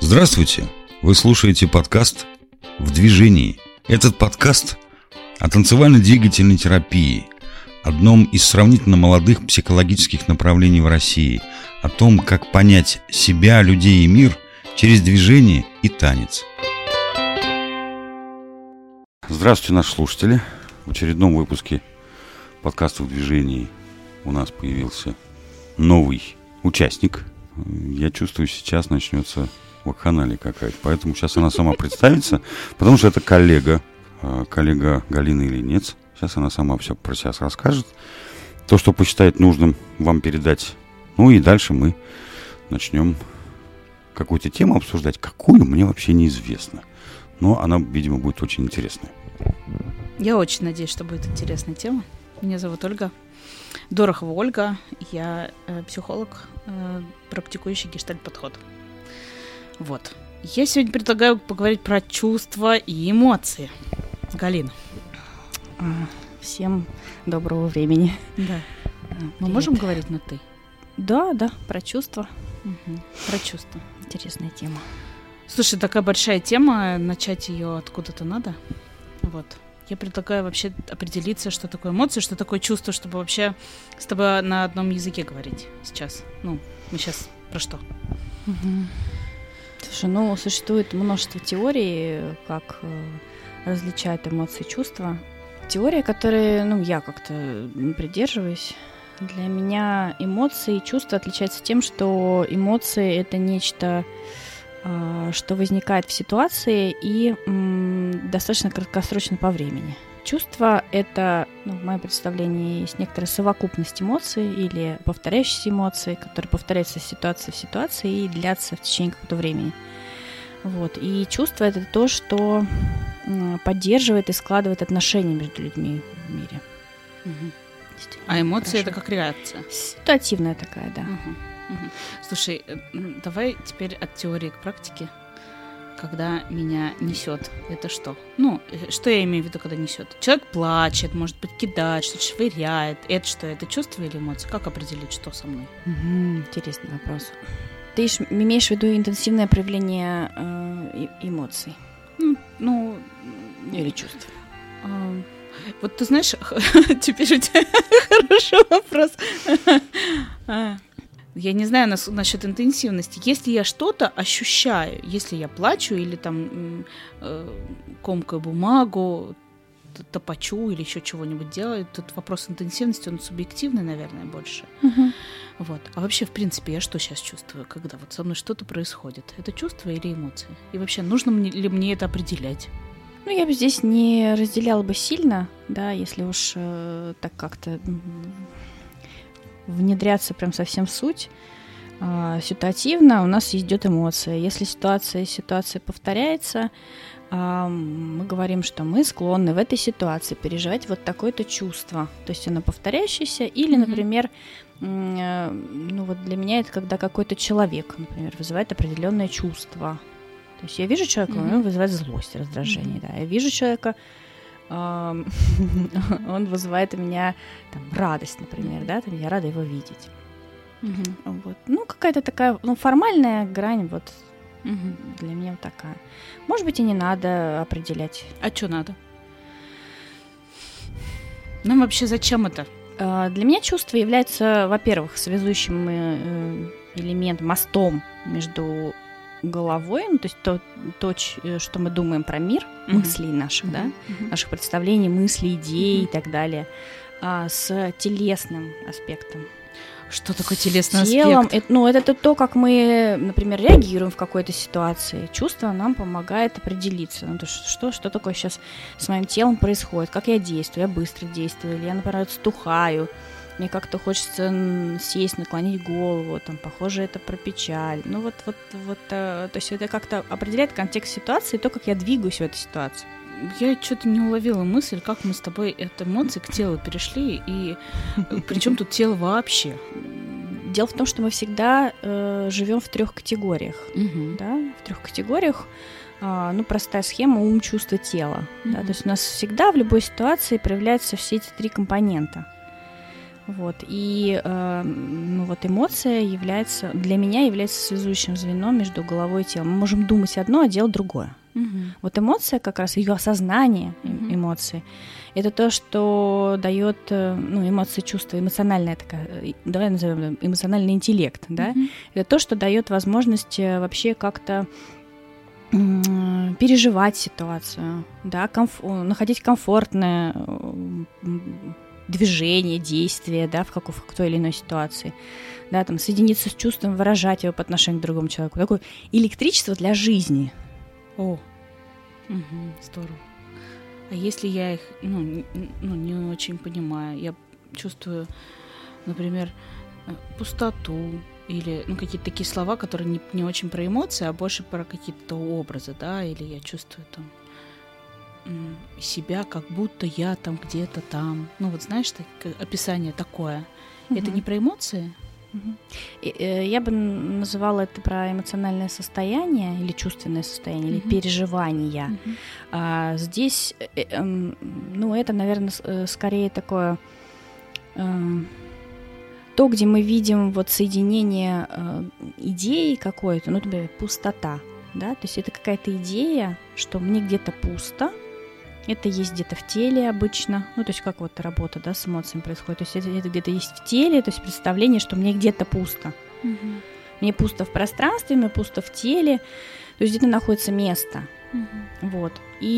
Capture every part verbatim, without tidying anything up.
Здравствуйте! Вы слушаете подкаст «В движении». Этот подкаст о танцевально-двигательной терапии, одном из сравнительно молодых психологических направлений в России, о том, как понять себя, людей и мир через движение и танец. Здравствуйте, наши слушатели! В очередном выпуске подкаста «В движении» у нас появился новый участник. Я чувствую, сейчас начнется вакханалия какая-то. Поэтому сейчас она сама представится, потому что это коллега, коллега Галина Ильинец. Сейчас она сама все про себя расскажет. То, что посчитает нужным вам передать. Ну и дальше мы начнем какую-то тему обсуждать. Какую, мне вообще неизвестно. Но она, видимо, будет очень интересная. Я очень надеюсь, что будет интересная тема. Меня зовут Ольга. Дорохова Ольга. Я э, психолог, э, практикующий гештальт-подход. Вот. Я сегодня предлагаю поговорить про чувства и эмоции. Галина. Всем доброго времени. Да. Мы можем говорить на «ты»? Да, да, про чувства. Угу. Про чувства. Интересная тема. Слушай, такая большая тема, начать ее откуда-то надо. Вот. Я предлагаю вообще определиться, что такое эмоции, что такое чувство, чтобы вообще с тобой на одном языке говорить сейчас. Ну, мы сейчас про что? Угу. Слушай, ну, существует множество теорий, как э, различают эмоции и чувства. Теория, которой, ну, я как-то придерживаюсь. Для меня эмоции и чувства отличаются тем, что эмоции — это нечто, э, что возникает в ситуации и м, достаточно краткосрочно по времени. Чувства — это, ну, в моем представлении, есть некоторая совокупность эмоций или повторяющиеся эмоции, которые повторяются из ситуации в ситуации и длятся в течение какого-то времени. Вот. И чувство — это то, что поддерживает и складывает отношения между людьми в мире. Угу. А эмоции — это как реакция? Ситуативная такая, да. Угу. Угу. Слушай, давай теперь от теории к практике. Когда меня несет, это что? Ну, что я имею в виду, когда несет? Человек плачет, может быть, кидает, что-то швыряет. Это что? Это чувство или эмоции? Как определить, что со мной? Угу, интересный вопрос. Ты имеешь в виду интенсивное проявление э, эмоций? Ну, ну, или чувств? Э, вот ты знаешь, теперь у тебя хороший вопрос. Я не знаю нас, насчет интенсивности. Если я что-то ощущаю, если я плачу или там э, комкаю бумагу, топочу или еще чего-нибудь делаю, тут вопрос интенсивности, он субъективный, наверное, больше. Uh-huh. Вот. А вообще, в принципе, я что сейчас чувствую, когда вот со мной что-то происходит? Это чувство или эмоции? И вообще, нужно мне, ли мне это определять? Ну, я бы здесь не разделяла бы сильно, да, если уж э, так как-то внедряться прям совсем в суть. А, ситуативно у нас идет эмоция. Если ситуация ситуация повторяется, а, мы говорим, что мы склонны в этой ситуации переживать вот такое-то чувство. То есть оно повторяющееся. Или, mm-hmm. например, м- ну вот для меня это когда какой-то человек, например, вызывает определенное чувство. То есть я вижу человека, mm-hmm. он вызывает злость, раздражение. Mm-hmm. Да. Я вижу человека, он вызывает у меня там, радость, например, да, там, я рада его видеть. Uh-huh. Вот. Ну, какая-то такая, ну, формальная грань, вот uh-huh. для меня вот такая. Может быть, и не надо определять. А что надо? Нам вообще зачем это? Для меня чувство является, во-первых, связующим элементом, мостом между головой, ну, то есть то, то, что мы думаем про мир, mm-hmm. мыслей наших, mm-hmm. да, mm-hmm. наших представлений, мыслей, идей mm-hmm. и так далее, а, с телесным аспектом. Что такое телесный с телом, аспект? Это, ну, это то, как мы, например, реагируем в какой-то ситуации. Чувство нам помогает определиться. Ну, то, что, что такое сейчас с моим телом происходит, как я действую, я быстро действую, или я, например, стухаю, мне как-то хочется сесть, наклонить голову, там, похоже, это про печаль. Ну, вот, вот, вот, то есть это как-то определяет контекст ситуации, то, как я двигаюсь в этой ситуации. Я что-то не уловила мысль, как мы с тобой от эмоций к телу перешли, и причем тут тело вообще? Дело в том, что мы всегда э, живем в трех категориях, угу. да, в трех категориях. Э, ну, простая схема: ум, чувство, тело. Угу. Да, то есть у нас всегда в любой ситуации проявляются все эти три компонента. Вот. И э, ну, вот эмоция является, для меня является связующим звеном между головой и телом. Мы можем думать одно, а делать другое. Угу. Вот эмоция, как раз ее осознание угу. эмоций, это то, что дает, ну, эмоции, чувства, эмоциональная такая, давай назовем эмоциональный интеллект, да? Mm-hmm. Это то, что дает возможность вообще как-то м- переживать ситуацию, да, комф- находить комфортное движение, действие, да, в, какой- в той или иной ситуации, да, там, соединиться с чувством, выражать его по отношению к другому человеку. Такое электричество для жизни. О, угу, здорово. А если я их, ну, ну, не очень понимаю, я чувствую, например, пустоту или, ну, какие-то такие слова, которые не, не очень про эмоции, а больше про какие-то образы, да, или я чувствую там себя, как будто я там где-то там. Ну, вот знаешь, так, описание такое. Угу. Это не про эмоции? Я бы называла это про эмоциональное состояние или чувственное состояние, uh-huh. или переживания. Uh-huh. А, здесь, ну, это, наверное, скорее такое то, где мы видим вот соединение идеи какой-то, ну, например, пустота, да, то есть это какая-то идея, что мне где-то пусто. Это есть где-то в теле обычно, ну, то есть как вот работа, да, с эмоциями происходит. То есть это, это где-то есть в теле, то есть представление, что мне где-то пусто. Угу. Мне пусто в пространстве, мне пусто в теле, то есть где-то находится место. Угу. Вот.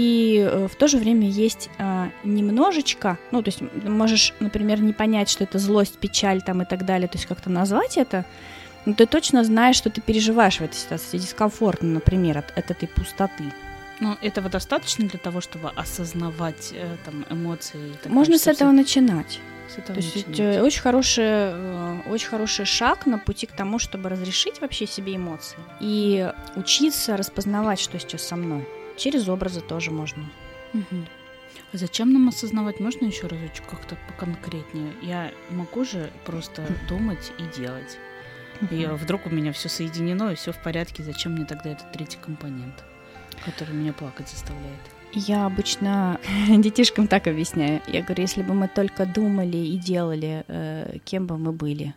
И э, в то же время есть э, немножечко, ну, то есть можешь, например, не понять, что это злость, печаль там и так далее, то есть как-то назвать это, но ты точно знаешь, что ты переживаешь в этой ситуации, тебе дискомфортно, например, от, от этой пустоты. Но этого достаточно для того, чтобы осознавать э, там, эмоции? Можно кажется, с этого все... начинать. С этого То начинать. есть э, очень, хороший, э, очень хороший шаг на пути к тому, чтобы разрешить вообще себе эмоции и учиться распознавать, что сейчас со мной. Через образы тоже можно. Угу. А зачем нам осознавать? Можно еще разочек как-то поконкретнее? Я могу же просто думать и делать. И вдруг у меня все соединено и все в порядке. Зачем мне тогда этот третий компонент, который меня плакать заставляет? Я обычно детишкам так объясняю. Я говорю, если бы мы только думали и делали, э, кем бы мы были.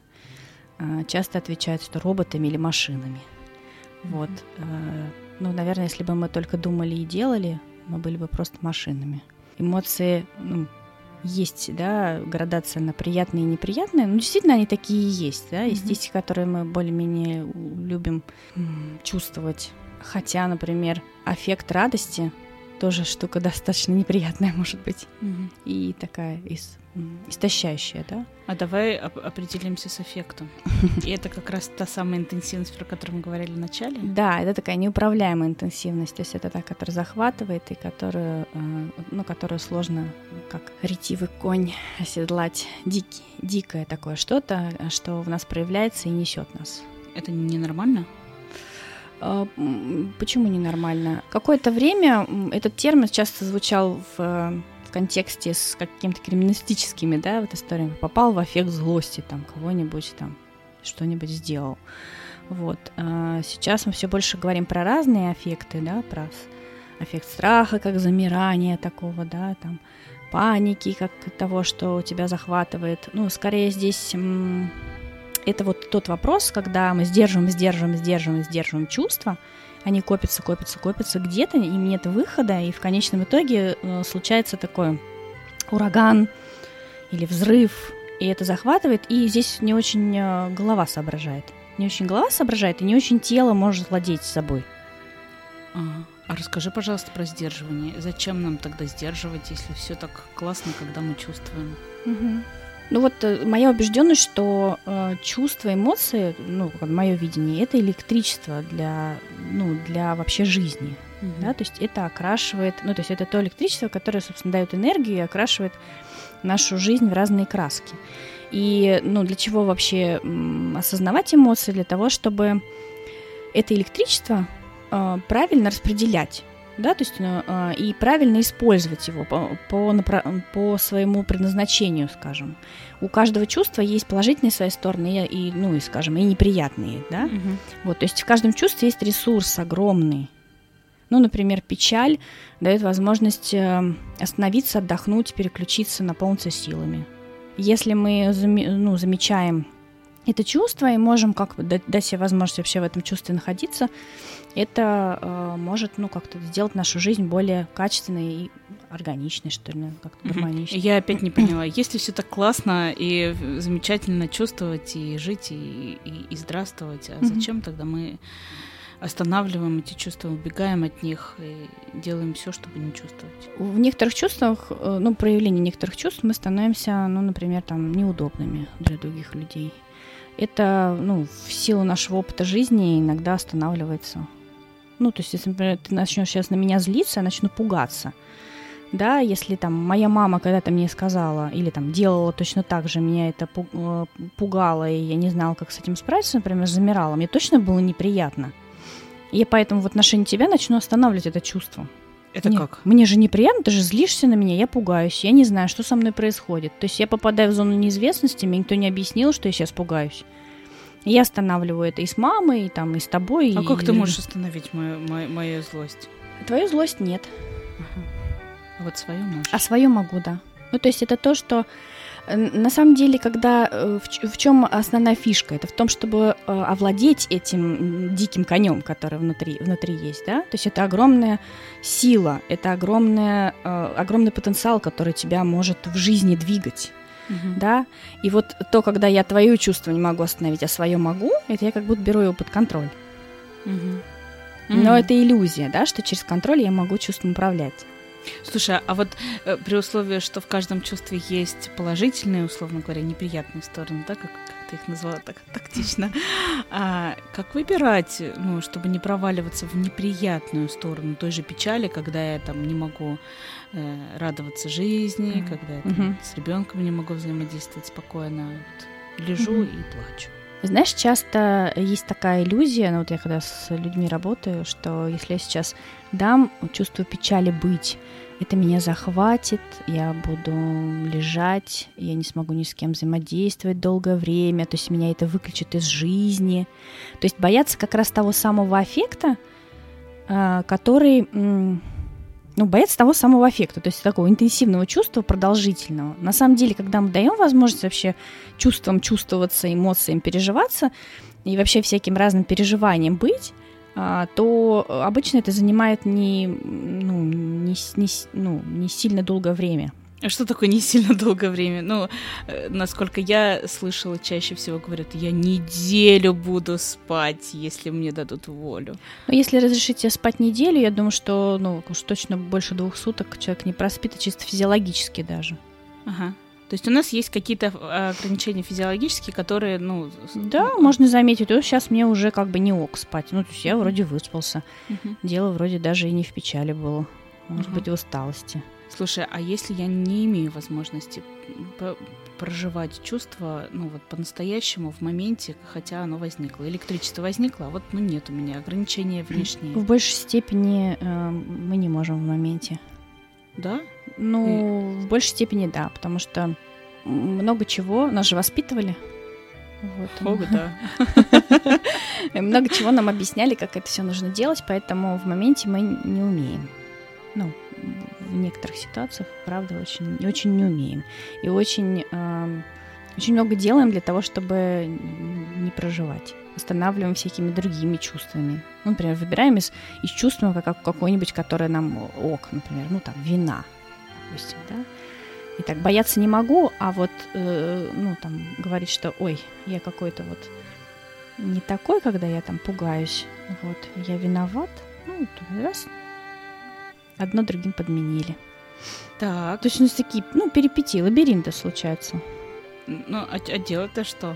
Э, часто отвечают, что роботами или машинами. Вот. Э, ну, наверное, если бы мы только думали и делали, мы были бы просто машинами. Эмоции, ну, есть, да, градация на приятные и неприятные. Ну, действительно, они такие и есть, да. Есть mm-hmm. те, которые мы более-менее любим чувствовать. Хотя, например, аффект радости тоже штука достаточно неприятная, может быть. Угу. И такая ис- истощающая, да? А давай оп- определимся с аффектом. И это как раз та самая интенсивность, про которую мы говорили в начале? Да, это такая неуправляемая интенсивность. То есть это та, которая захватывает и которую, ну, которую сложно, как ретивый конь, оседлать. Дикий, дикое такое что-то, что в нас проявляется и несет нас. Это ненормально? Почему ненормально? Какое-то время этот термин часто звучал в, в контексте с какими-то криминалистическими, да, вот историями. Попал в аффект злости, там, кого-нибудь там что-нибудь сделал. Вот. А сейчас мы все больше говорим про разные аффекты, да, про аффект страха, как замирание такого, да, там, паники, как того, что тебя захватывает. Ну, скорее здесь... Это вот тот вопрос, когда мы сдерживаем, сдерживаем, сдерживаем, сдерживаем чувства, они копятся, копятся, копятся где-то, им нет выхода, и в конечном итоге э, случается такой ураган или взрыв, и это захватывает, и здесь не очень э, голова соображает. Не очень голова соображает, и не очень тело может владеть собой. А, а расскажи, пожалуйста, про сдерживание. Зачем нам тогда сдерживать, если все так классно, когда мы чувствуем? Угу. Ну вот э, моя убежденность, что э, чувства, эмоции, ну, мое видение, это электричество для, ну, для вообще жизни. Mm-hmm. Да? То есть это окрашивает, ну, то есть это то электричество, которое, собственно, дает энергию и окрашивает нашу жизнь в разные краски. И, ну, для чего вообще м, осознавать эмоции? Для того, чтобы это электричество э, правильно распределять. Да, то есть э, и правильно использовать его по, по, по своему предназначению, скажем. У каждого чувства есть положительные свои стороны и, и, ну, и, скажем, и неприятные, да. Угу. Вот, то есть в каждом чувстве есть ресурс огромный. Ну, например, печаль дает возможность э, остановиться, отдохнуть, переключиться, наполниться силами. Если мы ну, замечаем это чувство и можем как бы дать, дать себе возможность вообще в этом чувстве находиться, это э, может, ну, как-то сделать нашу жизнь более качественной и органичной, что ли, как-то гармоничной. Я опять не поняла, если все так классно и замечательно чувствовать и жить, и, и, и здравствовать, а зачем тогда мы останавливаем эти чувства, убегаем от них и делаем все, чтобы не чувствовать? В некоторых чувствах, ну, проявлении некоторых чувств мы становимся, ну, например, там, неудобными для других людей. Это, ну, в силу нашего опыта жизни иногда останавливается. Ну, то есть, если, например, ты начнешь сейчас на меня злиться, я начну пугаться. Да, если там моя мама когда-то мне сказала или там делала точно так же, меня это пугало, и я не знала, как с этим справиться, например, замирала, мне точно было неприятно. И я поэтому в отношении тебя начну останавливать это чувство. Это мне, как? Мне же неприятно, ты же злишься на меня, я пугаюсь, я не знаю, что со мной происходит. То есть я попадаю в зону неизвестности, мне никто не объяснил, что я сейчас пугаюсь. Я останавливаю это и с мамой, и, там, и с тобой. А и... как ты можешь остановить мою, мою, мою злость? Твою злость нет. Ага. А вот свою можешь? А свою могу, да. Ну, то есть это то, что... На самом деле, когда в, в чем основная фишка? Это в том, чтобы овладеть этим диким конем, который внутри, внутри есть, да? То есть это огромная сила, это огромная, огромный потенциал, который тебя может в жизни двигать, uh-huh. да? И вот то, когда я твое чувство не могу остановить, а свое могу, это я как будто беру его под контроль. Uh-huh. Uh-huh. Но это иллюзия, да, что через контроль я могу чувством управлять. Слушай, а вот э, при условии, что в каждом чувстве есть положительные, условно говоря, неприятные стороны, да, как, как ты их назвала так тактично, а как выбирать, ну, чтобы не проваливаться в неприятную сторону той же печали, когда я там не могу э, радоваться жизни, mm-hmm. когда я там, mm-hmm. с ребенком не могу взаимодействовать спокойно, вот, лежу mm-hmm. и плачу. Знаешь, часто есть такая иллюзия, ну вот я когда с людьми работаю, что если я сейчас дам чувство печали быть, это меня захватит, я буду лежать, я не смогу ни с кем взаимодействовать долгое время, то есть меня это выключит из жизни. То есть бояться как раз того самого аффекта, который... Ну, боятся того самого аффекта, то есть такого интенсивного чувства, продолжительного. На самом деле, когда мы даем возможность вообще чувствам чувствоваться, эмоциям переживаться и вообще всяким разным переживаниям быть, то обычно это занимает не, ну, не, не, ну, не сильно долгое время. А что такое не сильно долгое время? Ну, насколько я слышала, чаще всего говорят, я неделю буду спать, если мне дадут волю. Ну, если разрешить себе спать неделю, я думаю, что, ну, уж точно больше двух суток человек не проспит, а чисто физиологически даже. Ага. То есть у нас есть какие-то ограничения физиологические, которые, ну... Да, ну, можно заметить, то сейчас мне уже как бы не ок спать. Ну, то есть я вроде выспался. Uh-huh. Дело вроде даже и не в печали было. Может uh-huh. быть, в усталости. Слушай, а если я не имею возможности проживать чувство, ну вот по-настоящему в моменте, хотя оно возникло, электричество возникло, а вот ну нет у меня ограничения внешние. В большей степени э, мы не можем в моменте. Да? Ну, И... в большей степени да, потому что много чего нас же воспитывали. Вот. Ого, да. Много чего нам объясняли, как это все нужно делать, поэтому в моменте мы не умеем. Ну, в некоторых ситуациях, правда, очень, очень не умеем. И очень, э, очень много делаем для того, чтобы не проживать. Останавливаем всякими другими чувствами. Ну, например, выбираем из, из чувств как, какое-нибудь, которое нам ок, например, ну, там, вина, допустим, да. И так, бояться не могу, а вот, э, ну, там, говорить, что, ой, я какой-то вот не такой, когда я там пугаюсь, вот, я виноват, ну, раз... Одно другим подменили. Так. То есть у нас такие, ну, перипетии, лабиринты случаются. Ну, а, а делать-то что?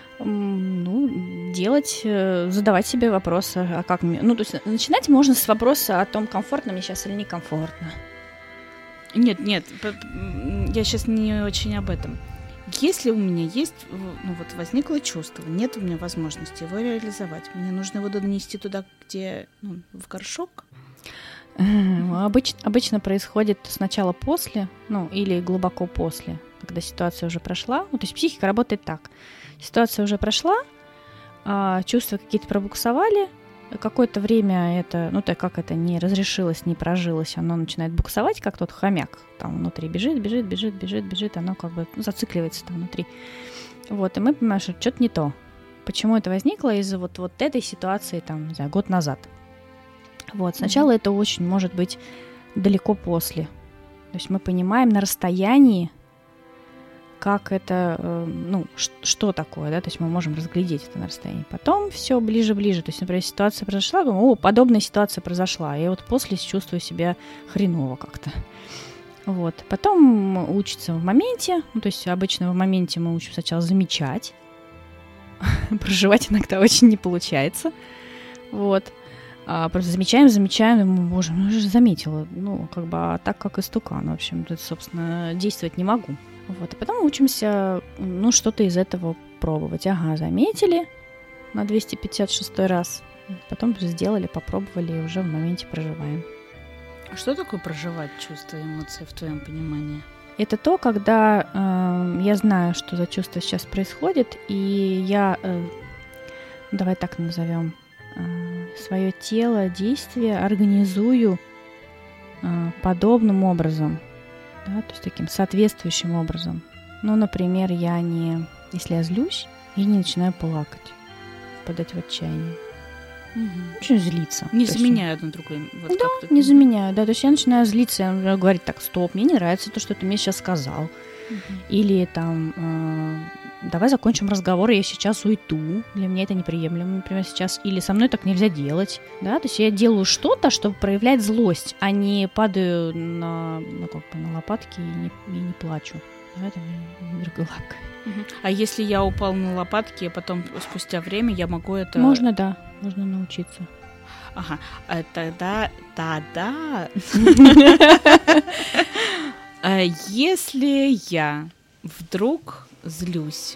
Ну, делать, задавать себе вопросы, а как мне... Ну, то есть начинать можно с вопроса о том, комфортно мне сейчас или некомфортно. Нет, нет, я сейчас не очень об этом. Если у меня есть, ну, вот возникло чувство, нет у меня возможности его реализовать, мне нужно его донести туда, где, ну, в горшок. Обычно, обычно происходит сначала после, ну, или глубоко после, когда ситуация уже прошла. Ну, то есть психика работает так. Ситуация уже прошла, чувства какие-то пробуксовали, какое-то время это, ну, так как это не разрешилось, не прожилось, оно начинает буксовать, как тот хомяк. Там внутри бежит, бежит, бежит, бежит, бежит, оно как бы ну, зацикливается там внутри. Вот, и мы понимаем, что что-то не то. Почему это возникло? Из-за вот, вот этой ситуации, там, не знаю, год назад. Вот, сначала mm-hmm. это очень может быть далеко после. То есть мы понимаем на расстоянии, как это, э, ну, ш- что такое, да, то есть мы можем разглядеть это на расстоянии. Потом все ближе-ближе, то есть, например, ситуация произошла, думаю, о, подобная ситуация произошла, и вот после чувствую себя хреново как-то. Вот. Потом учится в моменте, ну, то есть обычно в моменте мы учим сначала замечать, проживать иногда очень не получается, вот. А, просто замечаем, замечаем, думаю, боже, ну я же заметила, ну, как бы, а так как истукан, в общем, тут, собственно, действовать не могу. Вот, и потом учимся, ну, что-то из этого пробовать. Ага, заметили на двести пятьдесят шестой раз, потом сделали, попробовали и уже в моменте проживаем. А что такое проживать чувства и эмоции в твоем понимании? Это то, когда э, я знаю, что за чувство сейчас происходит, и я, э, давай так назовем, э, свое тело, действие организую э, подобным образом. Да, то есть таким соответствующим образом. Ну, например, я не... Если я злюсь, я не начинаю плакать, впадать в отчаяние. Угу. Очень злиться. Не заменяю одно другое. Вот да, как-то. Не заменяю, да. То есть я начинаю злиться, я например, говорить, так, стоп, мне не нравится то, что ты мне сейчас сказал. Угу. Или там, э, давай закончим разговор, я сейчас уйду. Для меня это неприемлемо, например, сейчас. Или со мной так нельзя делать. Да, то есть я делаю что-то, чтобы проявлять злость, а не падаю на, ну, как бы на лопатки и не, и не плачу. Да, там другой лапкой. Угу. А если я упал на лопатки, а потом спустя время я могу это... Можно, да. Можно научиться. Ага. А тогда... Тогда... Если я вдруг злюсь,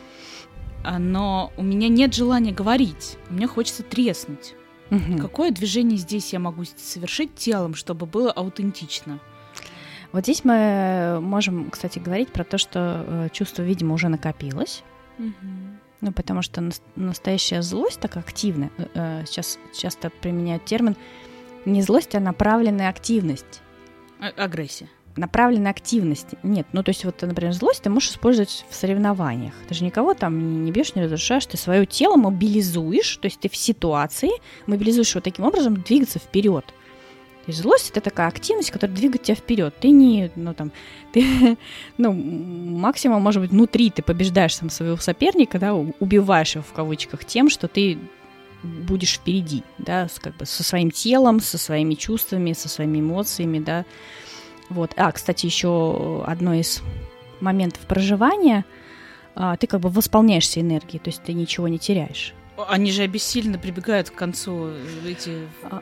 но у меня нет желания говорить, мне хочется треснуть. Какое движение здесь я могу совершить телом, чтобы было аутентично? Вот здесь мы можем, кстати, говорить про то, что чувство, видимо, уже накопилось. Угу. Ну, потому что настоящая злость так активная. Сейчас часто применяют термин не злость, а направленная активность. А- агрессия. Направленная активность. Нет, ну, то есть вот, например, злость ты можешь использовать в соревнованиях. Ты же никого там не бьешь, не разрушаешь, ты свое тело мобилизуешь, то есть ты в ситуации мобилизуешь вот таким образом двигаться вперед. То есть злость — это такая активность, которая двигает тебя вперед. Ты не, ну там, ты, ну, максимум, может быть, внутри ты побеждаешь сам своего соперника, да, убиваешь его в кавычках тем, что ты будешь впереди, да, с, как бы со своим телом, со своими чувствами, со своими эмоциями, да. Вот. А, кстати, еще одно из моментов проживания, а, ты как бы восполняешься энергией, то есть ты ничего не теряешь. Они же обессиленно прибегают к концу, эти...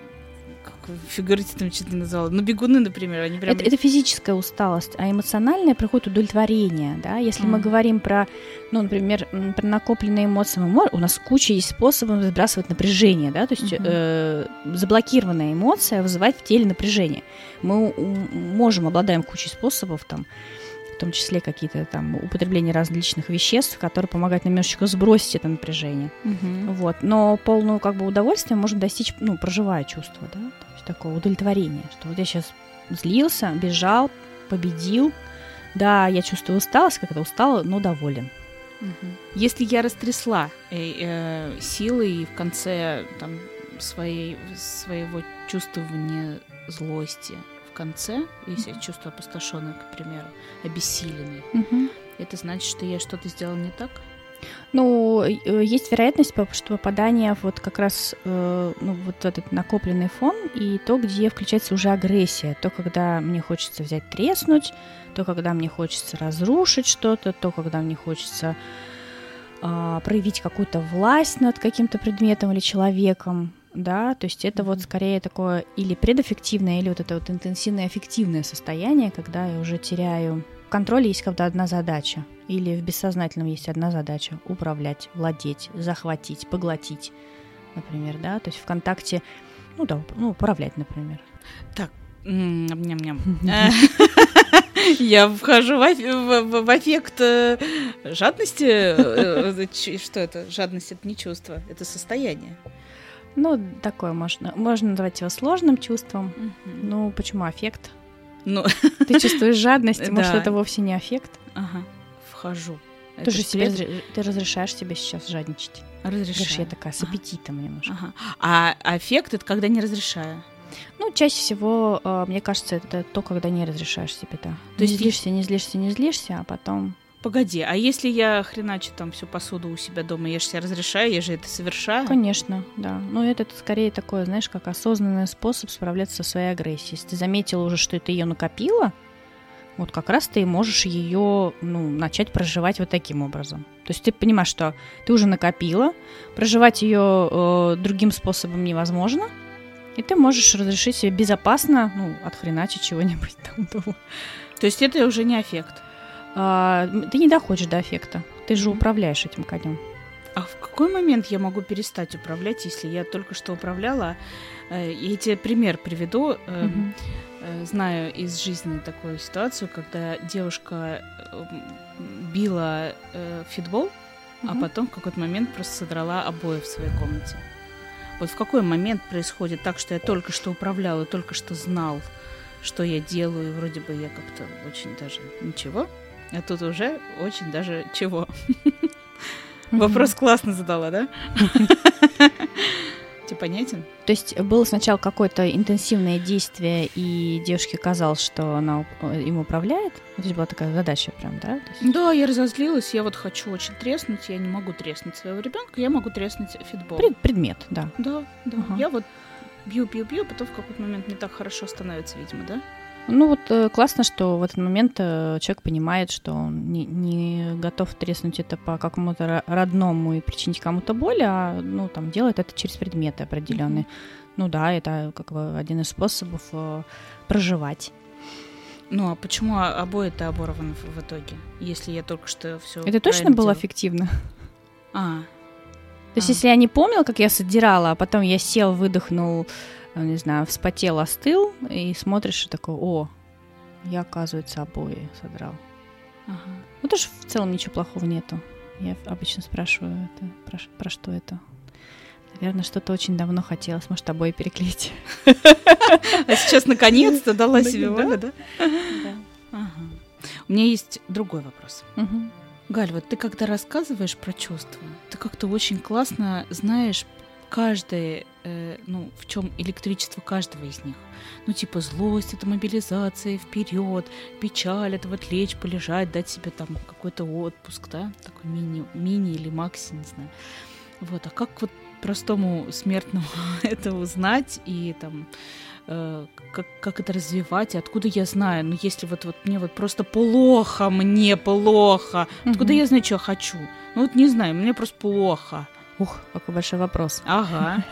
фигуративно чуть не назвала. Ну, бегуны, например, они прям... Это, это физическая усталость, а эмоциональная приходит удовлетворение, да. Если mm. мы говорим про, ну, например, про накопленные эмоции, мы можем, у нас куча есть способов сбрасывать напряжение, да, то есть mm-hmm. э, заблокированная эмоция вызывает в теле напряжение. Мы можем, обладаем кучей способов, там, в том числе какие-то там употребление различных веществ, которые помогают немножечко сбросить это напряжение. Mm-hmm. Вот. Но полную как бы удовольствие можно достичь, ну, проживая чувство, да, то есть такое удовлетворение, что вот я сейчас злился, бежал, победил, да, я чувствую усталость, когда устала, но доволен. Mm-hmm. Если я растрясла э, э, силы и в конце там, своей, своего чувствования злости, в конце, если я чувствую опустошенный, к примеру, обессиленный, угу. это значит, что я что-то сделала не так? Ну, есть вероятность, что попадание вот как раз э, ну, вот этот накопленный фон и то, где включается уже агрессия, то, когда мне хочется взять треснуть, то, когда мне хочется разрушить что-то, то, когда мне хочется э, проявить какую-то власть над каким-то предметом или человеком. Да, то есть это mm-hmm. вот скорее такое или предаффективное, или вот это вот интенсивное аффективное состояние, когда я уже теряю... В контроле есть когда одна задача, или в бессознательном есть одна задача — управлять, владеть, захватить, поглотить, например, да, то есть в контакте, ну да, ну, управлять, например. Так, ням-ням. Я вхожу в эффект жадности. Что это? Жадность — это не чувство, это состояние. Ну, такое можно. Можно назвать его сложным чувством. Мгм. Ну, почему аффект? Ну, Ты чувствуешь жадность, может, Да. это вовсе не аффект? ага, вхожу. Ты Это же ж себе теперь разре- ты разрешаешь себе сейчас жадничать. Говоришь, разрешаю. я такая с Ага. аппетитом немножко. Ага. А аффект — это когда не разрешаю. Ну, чаще всего, э, мне кажется, это то, когда не разрешаешь себе, да. То Не есть злишься, не злишься, не злишься, а потом... Погоди, а если я хреначу там всю посуду у себя дома, я же себе разрешаю, я же это совершаю? Конечно, да. Но это скорее такое, знаешь, как осознанный способ справляться со своей агрессией. Если ты заметила уже, что ты ее накопила, вот как раз ты можешь ее, ну, начать проживать вот таким образом. То есть ты понимаешь, что ты уже накопила, проживать ее э, другим способом невозможно, и ты можешь разрешить себе безопасно, ну, отхреначить чего-нибудь там дома. То есть это уже не аффект. А, ты не доходишь до аффекта. Ты же Мгм. управляешь этим конем. А в какой момент я могу перестать управлять, если я только что управляла? Э, Я тебе пример приведу. Э, Мгм. э, Знаю из жизни такую ситуацию, когда девушка э, м, била э, фитбол, а Мгм. потом в какой-то момент просто содрала обои в своей комнате. Вот в какой момент происходит так, что я только что управляла, только что знал, что я делаю, и вроде бы я как-то очень даже ничего, а тут уже очень даже чего. Мгм. Вопрос классно задала, да? Тебе понятен? То есть было сначала какое-то интенсивное действие, и девушке казалось, что она э, им управляет. То есть была такая задача прям, да? То есть- Да, я разозлилась, я вот хочу очень треснуть, я не могу треснуть своего ребенка, я могу треснуть фитбол. Пред- предмет, да. Да, да. Ага. Я вот бью, бью, бью, потом в какой-то момент не так хорошо становится, видимо, да? Ну вот э, классно, что в этот момент э, человек понимает, что он не, не готов треснуть это по какому-то ро- родному и причинить кому-то боль, а ну там делает это через предметы определенные. Ну да, это как бы один из способов э, проживать. Ну, а почему о- обои-то оборваны в, в итоге, если я только что все Это точно было эффективно? А, То есть, А. если я не помнила, как я содирала, а потом я сел, выдохнул, э, не знаю, вспотел, остыл, и смотришь, и такой, о, я, оказывается, обои содрал. ага. Ну, тоже в целом ничего плохого нету. Я обычно спрашиваю, это, про, ш- про что это. Наверное, что-то очень давно хотелось, может, обои переклеить. А сейчас наконец-то дала Да, себе да. волю, да? Ага. У меня есть другой вопрос. Мгм. Галь, вот ты когда рассказываешь про чувства, ты как-то очень классно знаешь каждое, э, ну, в чем электричество каждого из них. Ну, типа, злость — это мобилизация вперед, печаль — это вот лечь, полежать, дать себе там какой-то отпуск, да, такой мини, мини или макси, не знаю. Вот, а как вот простому смертному это узнать и там э, как, как это развивать, и откуда я знаю? Ну, если вот, вот мне вот просто плохо, мне плохо, откуда Мгм. я знаю, что я хочу? Ну, вот не знаю, мне просто плохо. Ух, какой большой вопрос. Ага.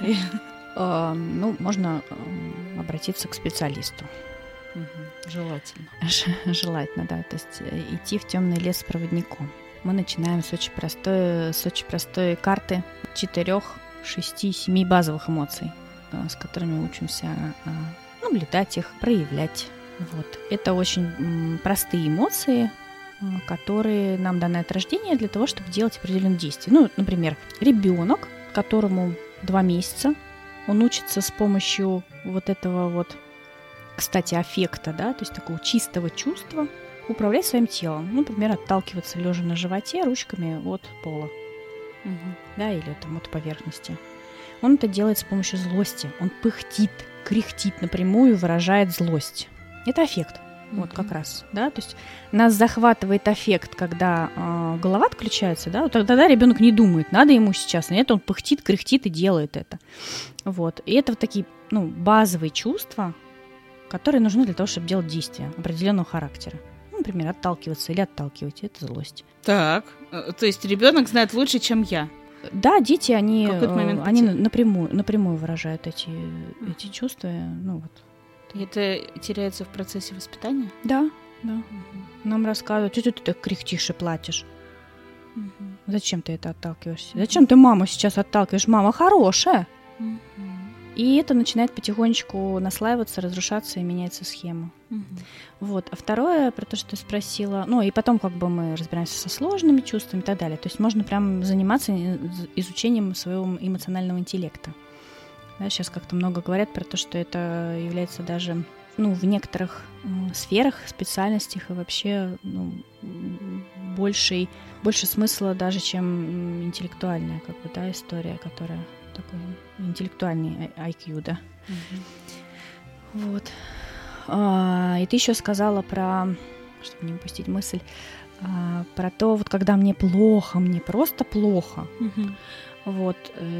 Э, Ну, можно эм, обратиться к специалисту. Мгм. Желательно. Ж- Желательно, да. То есть э, идти в темный лес с проводником. Мы начинаем с очень простой, с очень простой карты четырех, шести, семи базовых эмоций, э, с которыми учимся э, наблюдать их, проявлять. Вот. Это очень м, простые эмоции, э, которые нам даны от рождения для того, чтобы делать определенные действия. Ну, например, ребенок, которому два месяца, он учится с помощью вот этого вот, кстати, аффекта, да, то есть такого чистого чувства, управлять своим телом. Ну, например, отталкиваться лежа на животе ручками от пола, Мгм. да, или там от поверхности. Он это делает с помощью злости. Он пыхтит, кряхтит, напрямую выражает злость. Это аффект. Вот как Мгм. раз, да, то есть нас захватывает аффект, когда э, голова отключается, да, вот тогда ребенок не думает, надо ему сейчас, нет, он пыхтит, кряхтит и делает это, вот, и это вот такие, ну, базовые чувства, которые нужны для того, чтобы делать действия определенного характера, ну, например, отталкиваться или отталкивать, это злость. Так, э, то есть ребенок знает лучше, чем я. Да, дети, они, В какой-то э, момент они потеряли. напрямую, напрямую выражают эти, эти чувства, ну вот. И это теряется в процессе воспитания? Да, да. Мгм. Нам рассказывают, что ты так кряхтишь и плачешь. Мгм. Зачем ты это отталкиваешься? Зачем ты маму сейчас отталкиваешь? Мама хорошая. Мгм. И это начинает потихонечку наслаиваться, разрушаться и меняется схема. Мгм. Вот. А второе, про то, что ты спросила, ну и потом как бы мы разбираемся со сложными чувствами и так далее. То есть можно прям заниматься изучением своего эмоционального интеллекта. Да, сейчас как-то много говорят про то, что это является даже, ну, в некоторых э, сферах, специальностях и вообще, ну, большей, больше смысла даже, чем интеллектуальная, как бы, да, история, которая такой интеллектуальный ай кью, да. Mm-hmm. Вот. А, и ты еще сказала про, чтобы не упустить мысль, а, про то, вот когда мне плохо, мне просто плохо. Mm-hmm. Вот,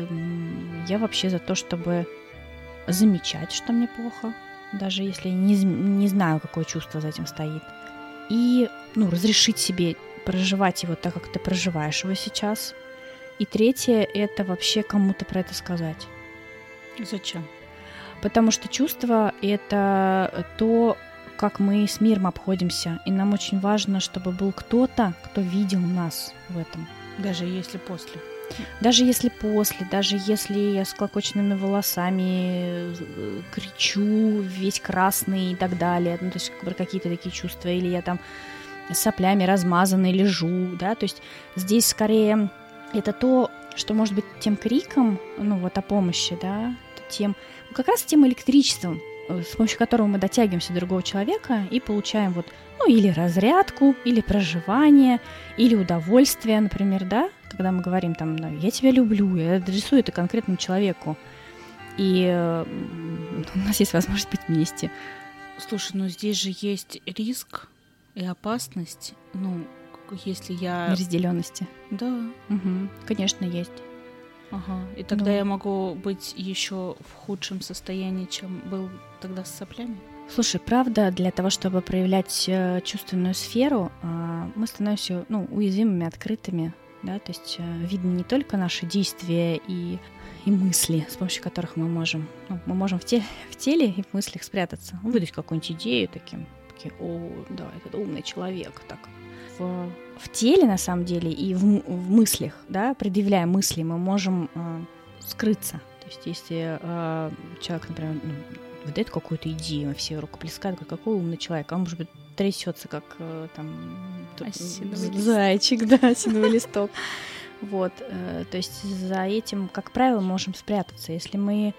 эм, я вообще за то, чтобы замечать, что мне плохо, даже если не, не знаю, какое чувство за этим стоит. И, ну, разрешить себе проживать его так, как ты проживаешь его сейчас. И третье — это вообще кому-то про это сказать. Зачем? Потому что чувство — это то, как мы с миром обходимся. И нам очень важно, чтобы был кто-то, кто видел нас в этом. Даже если после. Даже если после, даже если я с клокоченными волосами кричу, весь красный и так далее, ну, то есть какие-то такие чувства, или я там с соплями размазанной лежу, да, то есть здесь скорее это то, что может быть тем криком, ну, вот о помощи, да, тем, как раз тем электричеством, с помощью которого мы дотягиваемся до другого человека и получаем вот, ну, или разрядку, или проживание, или удовольствие, например, да, когда мы говорим там, я тебя люблю, я адресую это конкретному человеку, и э, у нас есть возможность быть вместе. Слушай, ну здесь же есть риск и опасность, ну, если я... Неразделенности. Да. Угу. Конечно, есть. Ага. И тогда ну. я могу быть еще в худшем состоянии, чем был тогда с соплями? Слушай, правда, для того, чтобы проявлять э, чувственную сферу, э, мы становимся, ну, уязвимыми, открытыми, да, то есть э, видно не только наши действия и, и мысли, с помощью которых мы можем, ну, мы можем в, те, в теле и в мыслях спрятаться, выдать какую-нибудь идею таким, такие, о, да, этот умный человек, так. В, в теле, на самом деле, и в, в мыслях, да, предъявляя мысли, мы можем э, скрыться. То есть если э, человек, например, ну, выдает какую-то идею, все рукоплескают, какой умный человек, а он, может быть, трясется, как э, там зайчик, да, осиновый листок. Вот, э, то есть за этим, как правило, можем спрятаться. Если мы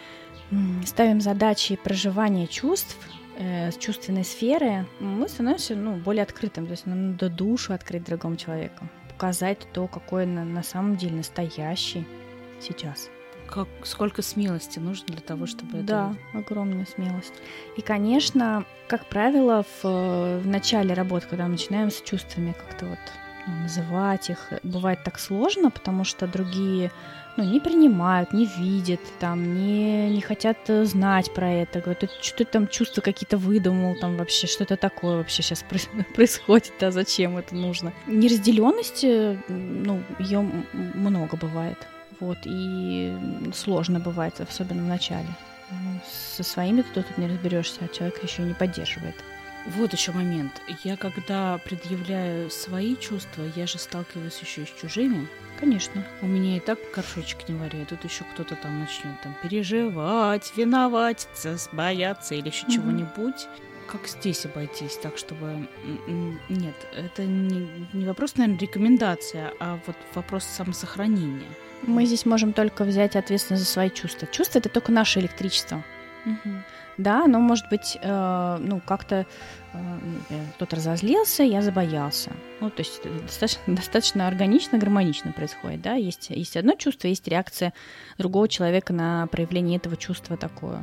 ставим задачи проживания чувств, э, чувственной сферы, мы становимся, ну, более открытым. То есть нам надо душу открыть другому человеку, показать то, какой он на, на самом деле настоящий сейчас. Как, сколько смелости нужно для того, чтобы да, это... Да, огромная смелость. И, конечно, как правило, в, в начале работы, когда мы начинаем с чувствами как-то вот, ну, называть их, бывает так сложно, потому что другие, ну, не принимают, не видят, там, не, не хотят знать про это. Говорят, что ты там чувства какие-то выдумал, там вообще, что это такое вообще сейчас происходит, да, зачем это нужно. Неразделенности, ну, ее много бывает. Вот, и сложно бывает, особенно в начале. Со своими ты тут не разберешься, а человек еще не поддерживает. Вот еще момент. Я когда предъявляю свои чувства, я же сталкиваюсь еще и с чужими. Конечно. У меня и так горшочек не вари, а тут еще кто-то там начнет там переживать, виноватиться, бояться или еще mm-hmm. чего-нибудь. Как здесь обойтись так, чтобы... Нет, это не, не вопрос, наверное, рекомендация, а вот вопрос самосохранения. Мы здесь можем только взять ответственность за свои чувства. Чувства — это только наше электричество. Угу. Да, оно может быть, э, ну, как-то э, кто-то разозлился, я забоялся. Ну, то есть достаточно, достаточно органично, гармонично происходит, да. Есть, есть одно чувство, есть реакция другого человека на проявление этого чувства такое,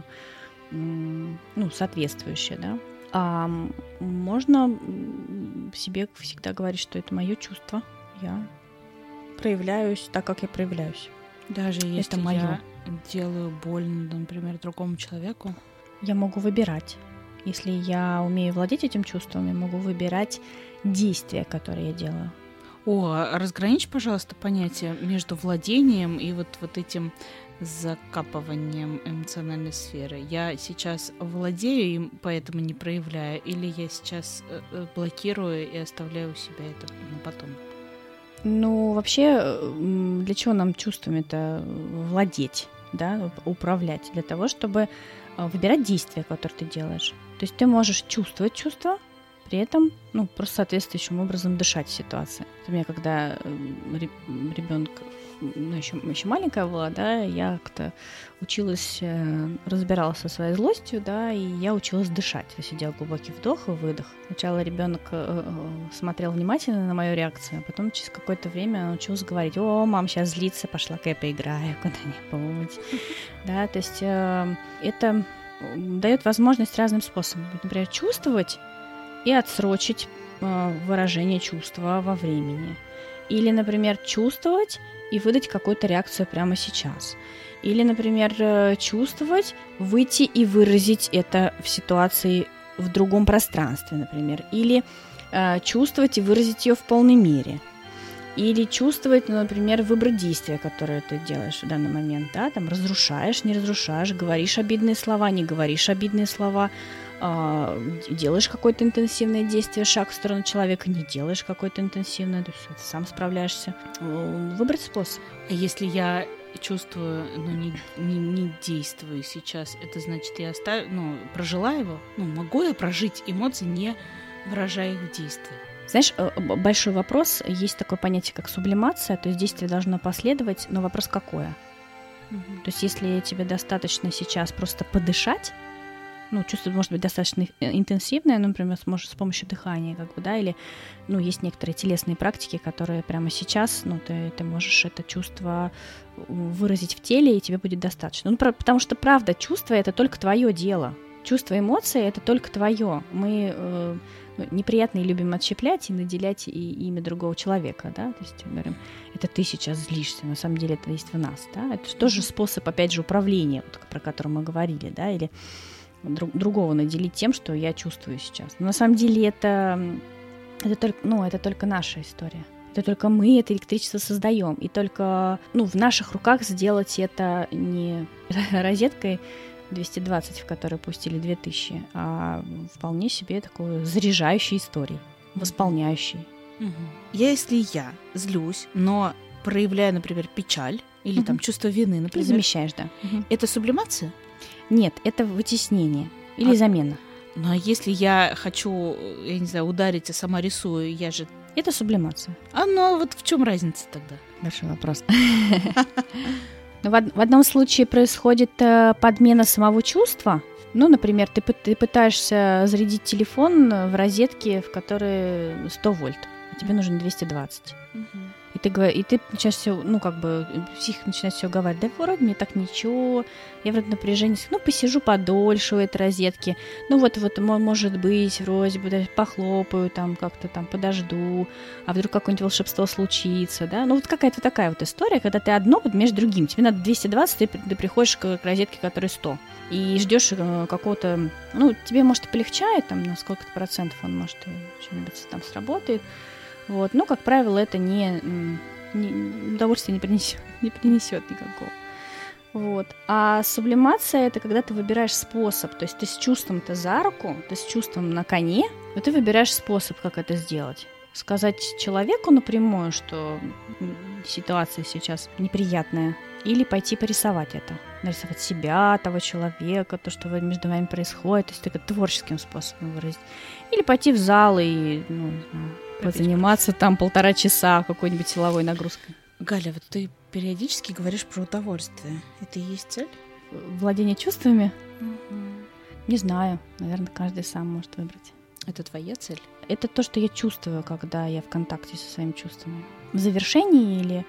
ну, соответствующее, да. А можно себе всегда говорить, что это мое чувство, я проявляюсь так, как я проявляюсь. Даже если это моё. Я делаю больно, например, другому человеку, я могу выбирать. Если я умею владеть этим чувством, я могу выбирать действия, которые я делаю. О, разграничь, пожалуйста, понятие между владением и вот, вот этим закапыванием эмоциональной сферы. Я сейчас владею им, поэтому не проявляю, или я сейчас блокирую и оставляю у себя это на потом? Ну, вообще, для чего нам чувствами-то владеть, да, управлять? Для того, чтобы выбирать действия, которые ты делаешь. То есть ты можешь чувствовать чувства, при этом, ну, просто соответствующим образом дышать в ситуации. У меня, когда ребенок ну, еще, еще маленькая была, да, я как-то училась, разбиралась со своей злостью, да, и я училась дышать. Я сидела глубокий вдох и выдох. Сначала ребенок смотрел внимательно на мою реакцию, а потом через какое-то время научилась говорить: о, мам сейчас злится, пошла-ка я поиграю куда-нибудь. Да, то есть это дает возможность разным способом. Например, чувствовать и отсрочить выражение чувства во времени. Или, например, чувствовать и выдать какую-то реакцию прямо сейчас. Или, например, чувствовать, выйти и выразить это в ситуации в другом пространстве, например. Или э, чувствовать и выразить ее в полной мере. Или чувствовать, ну, например, выбрать действие, которое ты делаешь в данный момент. Да? Там, разрушаешь, не разрушаешь, говоришь обидные слова, не говоришь обидные слова, делаешь какое-то интенсивное действие, шаг в сторону человека, не делаешь какое-то интенсивное, то есть ты сам справляешься. Выбрать способ. А если я чувствую, но не, не, не действую сейчас, это значит, я оставлю, ну, прожила его? Ну, могу я прожить эмоции, не выражая их в действии? Знаешь, большой вопрос. Есть такое понятие, как сублимация, то есть действие должно последовать, но вопрос какое? Угу. То есть если тебе достаточно сейчас просто подышать, ну, чувство может быть достаточно интенсивное, ну, например, сможешь с помощью дыхания, как бы, да, или, ну, есть некоторые телесные практики, которые прямо сейчас, ну, ты, ты можешь это чувство выразить в теле, и тебе будет достаточно. Ну, потому что, правда, чувство — это только твое дело. Чувство, эмоции — это только твое. Мы э, неприятно и любим отщеплять и наделять и, имя другого человека, да, то есть говорим, это ты сейчас злишься, на самом деле это есть в нас, да, это тоже способ, опять же, управления, вот, про который мы говорили, да, или другого наделить тем, что я чувствую сейчас. Но на самом деле это, это, только, ну, это только наша история. Это только мы это электричество создаем. И только, ну, в наших руках сделать это не розеткой двести двадцать, в которой пустили две тысячи, а вполне себе такой заряжающей историей, восполняющей. Угу. Я, если я злюсь, но проявляю, например, печаль или угу. там чувство вины, например. Ты замещаешь, да. Угу. Это сублимация? Нет, это вытеснение или а, замена. Ну, а если я хочу, я не знаю, ударить, а сама рисую, я же... Это сублимация. А ну, вот в чем разница тогда? Большой вопрос. В одном случае происходит подмена самого чувства. Ну, например, ты пытаешься зарядить телефон в розетке, в которой сто вольт, а тебе нужно двести двадцать. И ты, и ты начинаешь все, ну, как бы, психика начинает все говорить, да вроде мне так ничего, я вроде напряжение, ну, посижу подольше у этой розетки, ну, вот, вот, может быть, вроде бы, да, похлопаю, там, как-то там подожду, а вдруг какое-нибудь волшебство случится, да, ну, вот какая-то такая вот история, когда ты одно подменяешь другим, тебе надо двести двадцать, ты, ты приходишь к розетке, которая сто, и ждешь какого-то, ну, тебе, может, и полегчает, там, на сколько-то процентов он, может, что-нибудь там сработает. Вот. Но, как правило, это не, не удовольствия не принесет, не принесет никакого. Вот. А сублимация — это когда ты выбираешь способ, то есть ты с чувством-то за руку, ты с чувством на коне, но ты выбираешь способ, как это сделать. Сказать человеку напрямую, что ситуация сейчас неприятная, или пойти порисовать это. Нарисовать себя, того человека, то, что между вами происходит, то есть только творческим способом выразить. Или пойти в зал и, ну, не знаю, позаниматься там полтора часа какой-нибудь силовой нагрузкой. Галя, вот ты периодически говоришь про удовольствие. Это и есть цель? Владение чувствами? Угу. Не знаю. Наверное, каждый сам может выбрать. Это твоя цель? Это то, что я чувствую, когда я в контакте со своими чувствами. В завершении или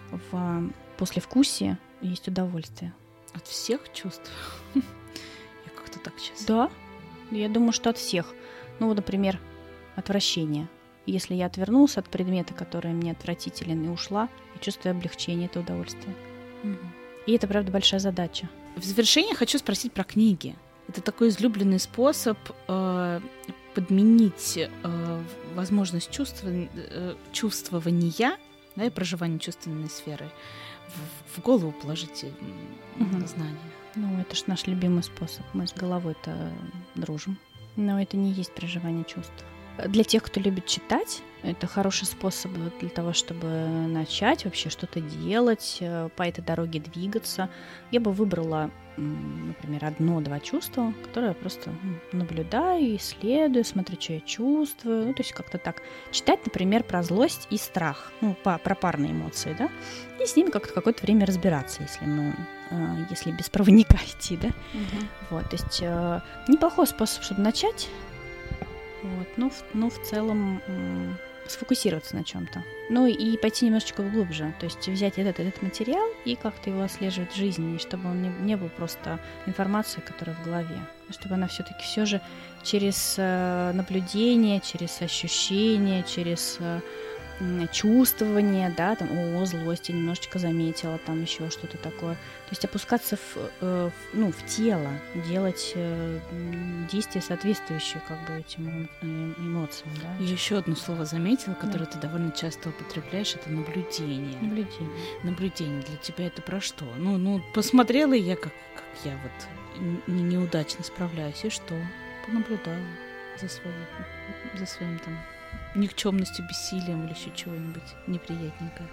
в послевкусии есть удовольствие. От всех чувств? Я как-то так сейчас. Да. Я думаю, что от всех. Ну, вот, например, отвращение. Если я отвернулась от предмета, который мне отвратителен, и ушла, я чувствую облегчение, это удовольствие. Угу. И это, правда, большая задача. В завершение хочу спросить про книги. Это такой излюбленный способ э, подменить э, возможность чувства, э, чувствования, да, и проживания чувственной сферы в, в голову положить угу. знания. Ну, это ж наш любимый способ. Мы с головой-то дружим. Но это не есть проживание чувств. Для тех, кто любит читать, Это хороший способ для того, чтобы начать вообще что-то делать, по этой дороге двигаться. Я бы выбрала, например, одно-два чувства, которые я просто наблюдаю, исследую, смотрю, что я чувствую. Ну, то есть как-то так читать, например, про злость и страх, ну, по, про парные эмоции, да, и с ними как-то какое-то время разбираться, если мы, если без проводника идти, да. Угу. Вот, то есть неплохой способ, чтобы начать. Вот, ну, в, ну, в целом м- сфокусироваться на чем-то. Ну и пойти немножечко глубже. То есть взять этот, этот материал и как-то его отслеживать в жизни, чтобы он не, не был просто информацией, которая в голове. Чтобы она все-таки все же через э, наблюдение, через ощущение, через э, чувствование, да, там, о, злость я немножечко заметила, там еще что-то такое. То есть опускаться в, э, в, ну, в тело, делать э, действия, соответствующие как бы этим эмоциям. Да. Я еще одно слово заметила, которое да. ты довольно часто употребляешь, это наблюдение. Наблюдение. Наблюдение. Для тебя это про что? Ну, ну посмотрела я, как, как я вот не, неудачно справляюсь, и что? Понаблюдала за своим, за своим там никчемностью, бессилием или еще чего-нибудь неприятненькое.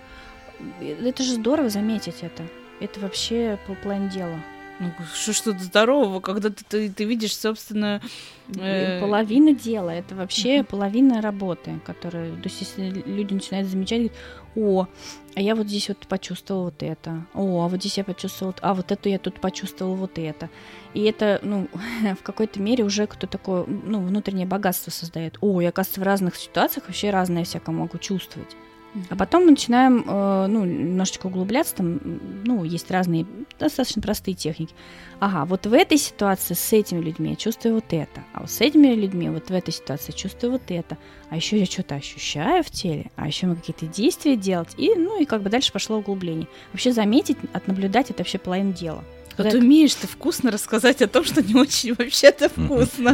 Это же здорово заметить это. Это вообще половина дела. Ну, что что-то здорового, когда ты, ты, ты видишь, собственно... Э... Половина дела. Это вообще uh-huh. половина работы, которая... То есть если люди начинают замечать, говорят, о, а я вот здесь вот почувствовала вот это. О, а вот здесь я почувствовала... А вот это я тут почувствовала вот это. И это, ну, в какой-то мере уже кто такое, ну, внутреннее богатство создает. О, я, оказывается, в разных ситуациях вообще разное всякое могу чувствовать. Mm-hmm. А потом мы начинаем, э, ну, немножечко углубляться, там, ну, есть разные достаточно простые техники. Ага, вот в этой ситуации с этими людьми я чувствую вот это, а вот с этими людьми вот в этой ситуации я чувствую вот это, а еще я что-то ощущаю в теле, а еще мы какие-то действия делать, и, ну, и как бы дальше пошло углубление. Вообще заметить, отнаблюдать — это вообще половина дела. Вот так... умеешь ты вкусно рассказать о том, что не очень вообще-то вкусно.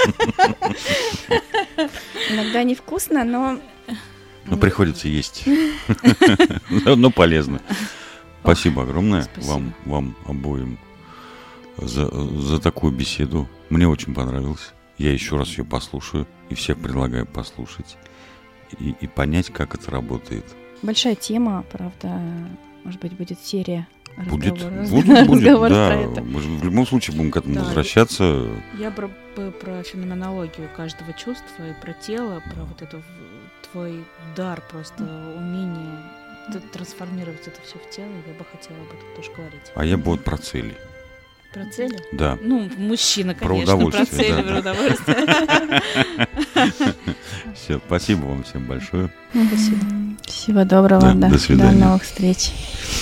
Иногда невкусно, но... Ну, приходится есть. Но полезно. Спасибо огромное вам, вам обоим за, за такую беседу. Мне очень понравилось. Я еще раз ее послушаю и всех предлагаю послушать и, и понять, как это работает. Большая тема, правда. Может быть, будет серия. Будет, будет, будет, да. Мы же в любом случае будем к этому да, возвращаться. Я про, про феноменологию каждого чувства и про тело, про вот это твой дар, просто умение трансформировать это все в тело. Я бы хотела об этом тоже говорить. А я бы вот про цели. Про цели? Да. Ну, мужчина, конечно. Про удовольствие. Про цели, да. про удовольствие. Все, спасибо вам всем большое. Спасибо. Всего доброго. Да, до свидания. До новых встреч.